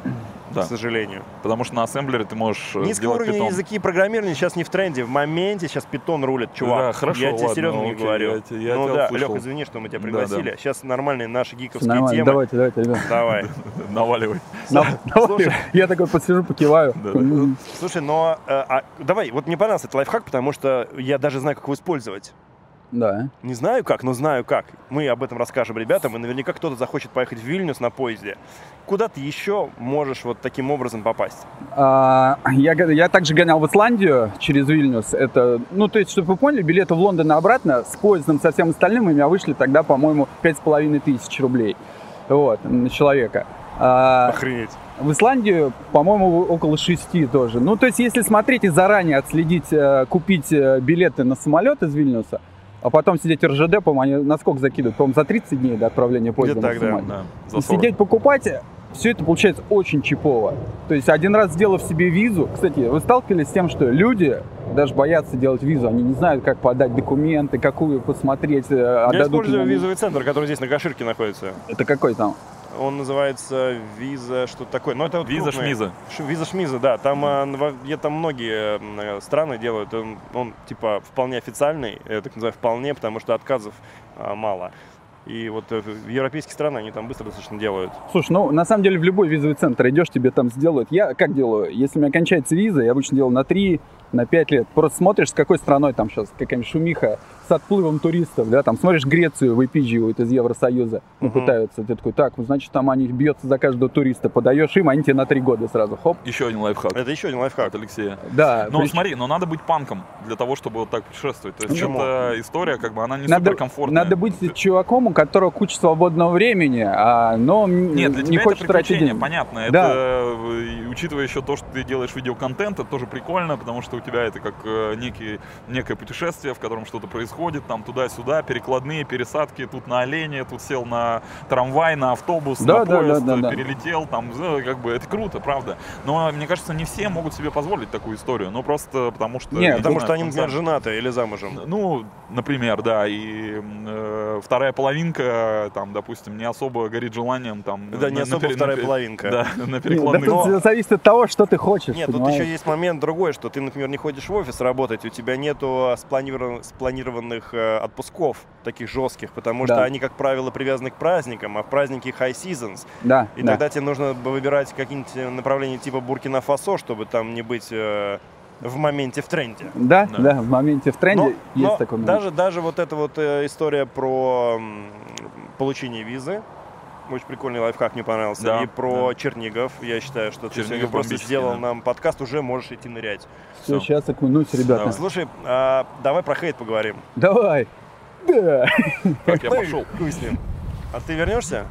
да. к сожалению. Потому что на ассемблере ты можешь э, сделать Низкоуровневые питон. языки программирования сейчас не в тренде. В моменте сейчас Python рулит, чувак. Да, хорошо, я тебе ладно, серьезно не окей, говорю. я те- я ну тебя да, услышал. Лех, извини, что мы тебя Да, пригласили. да. Сейчас нормальные наши гиковские Нормально, темы. давайте, давайте, ребят. Давай. Наваливай. На- давай. слушай. Я такой подсижу, покиваю. Да, да. М, Слушай, но э, а, давай, вот мне понравился этот лайфхак, потому что я даже знаю, как его использовать. Да. Не знаю как, но знаю как. Мы об этом расскажем ребятам, и наверняка кто-то захочет поехать в Вильнюс на поезде. Куда ты еще можешь вот таким образом попасть? А, я, г- я также гонял в Исландию через Вильнюс. Это, ну, то есть, чтобы вы поняли, билеты в Лондон и обратно с поездом со всем остальным у меня вышли тогда, по-моему, пять с половиной тысяч рублей. Вот, на человека. А, Охренеть. в Исландию, по-моему, около шести тоже. Ну, то есть, если смотреть и заранее отследить, э, купить э, билеты на самолет из Вильнюса, а потом сидеть в эр жэ дэ, по-моему, они на сколько закидывают? По-моему, за тридцать дней до отправления поезда Где-то так, да, максимально. Да, за И сорок. сидеть покупать, все это получается очень чипово. То есть один раз сделав себе визу, кстати, вы сталкивались с тем, что люди даже боятся делать визу, они не знают, как подать документы, какую посмотреть, э, Я отдадут использую ли- визовый центр, который здесь на Гаширке находится. Это какой там? Он называется Виза, что-то такое. Но это вот Виза крупные- Шмиза. Ш- Виза Шмиза, да. Там, э, во- я, там многие э, страны делают. Он, он, типа вполне официальный, я так называю вполне, потому что отказов э, мало. И вот э, в европейские страны они там быстро достаточно делают. Слушай, ну на самом деле в любой визовый центр идешь, тебе там сделают. Я как делаю? Если у меня кончается виза, я обычно делаю на три, на пять лет. Просто смотришь, с какой страной там сейчас какая-нибудь шумиха с отплывом туристов, да, там смотришь, Грецию выпизживают из Евросоюза, ну, Мгм. пытаются. Ты такой, так, ну, значит, там они бьются за каждого туриста, подаешь им, они тебе на три года сразу, хоп. Еще один лайфхак Это еще один лайфхак. от Алексея. Да, Но прич- смотри, но надо быть панком для того, чтобы вот так путешествовать. То есть Почему? эта история, как бы, она не надо, суперкомфортная. надо быть чуваком, у которого куча свободного времени, а, но м, Нет, для не тебя хочет это тратить приключение, деньги. понятно. Да. Это, э, учитывая еще то, что ты делаешь видеоконтент, это тоже прикольно, потому что у тебя это как э, некий, некое путешествие, в котором что-то происходит, там туда-сюда, перекладные, пересадки, тут на олене, тут сел на трамвай, на автобус, Да, на да, поезд, да, да, да. перелетел, там, э, как бы, это круто, правда. Но, мне кажется, не все могут себе позволить такую историю, ну, просто потому что... Нет, я не Потому знаю, что они, потенциально. например, женаты или замужем. Ну, например, да, и э, вторая половинка, там, допустим, не особо горит желанием, там... Да, не на- на особо пере- вторая на пе- половинка. Да, на Нет, да перекладных. тут Но- зависит от того, что ты хочешь. Нет, тут понимаешь? еще есть момент другой, что ты, например, не ходишь в офис работать, у тебя нету спланиров- спланированных э, отпусков таких жестких, потому что Да. они, как правило, привязаны к праздникам, а в праздники high seasons. Да, И да. тогда тебе нужно бы выбирать какие-нибудь направления типа Буркина-Фасо, чтобы там не быть э, в моменте в тренде. Да, Да. да, в моменте в тренде Но, есть но такой момент. даже, даже вот эта вот э, история про м, получение визы, очень прикольный лайфхак, мне понравился. Да, и про да. Чернигов. Я считаю, что ты Чернигов сегодня просто бомбический, сделал да. нам подкаст, уже можешь идти нырять. Все, Всё. сейчас окунусь, ребята. Давай. Слушай, а, давай про хейт поговорим. Давай. Да. Так, я Ну и пошел. хуй с ним. А ты вернешься?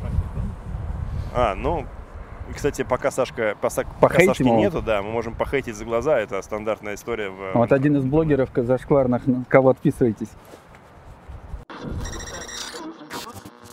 А, ну, и, кстати, пока Сашка, пока, пока Похейтим Сашки его. нету, да, мы можем похейтить за глаза, это стандартная история. В, Вот один из блогеров зашкварных, на кого отписываетесь?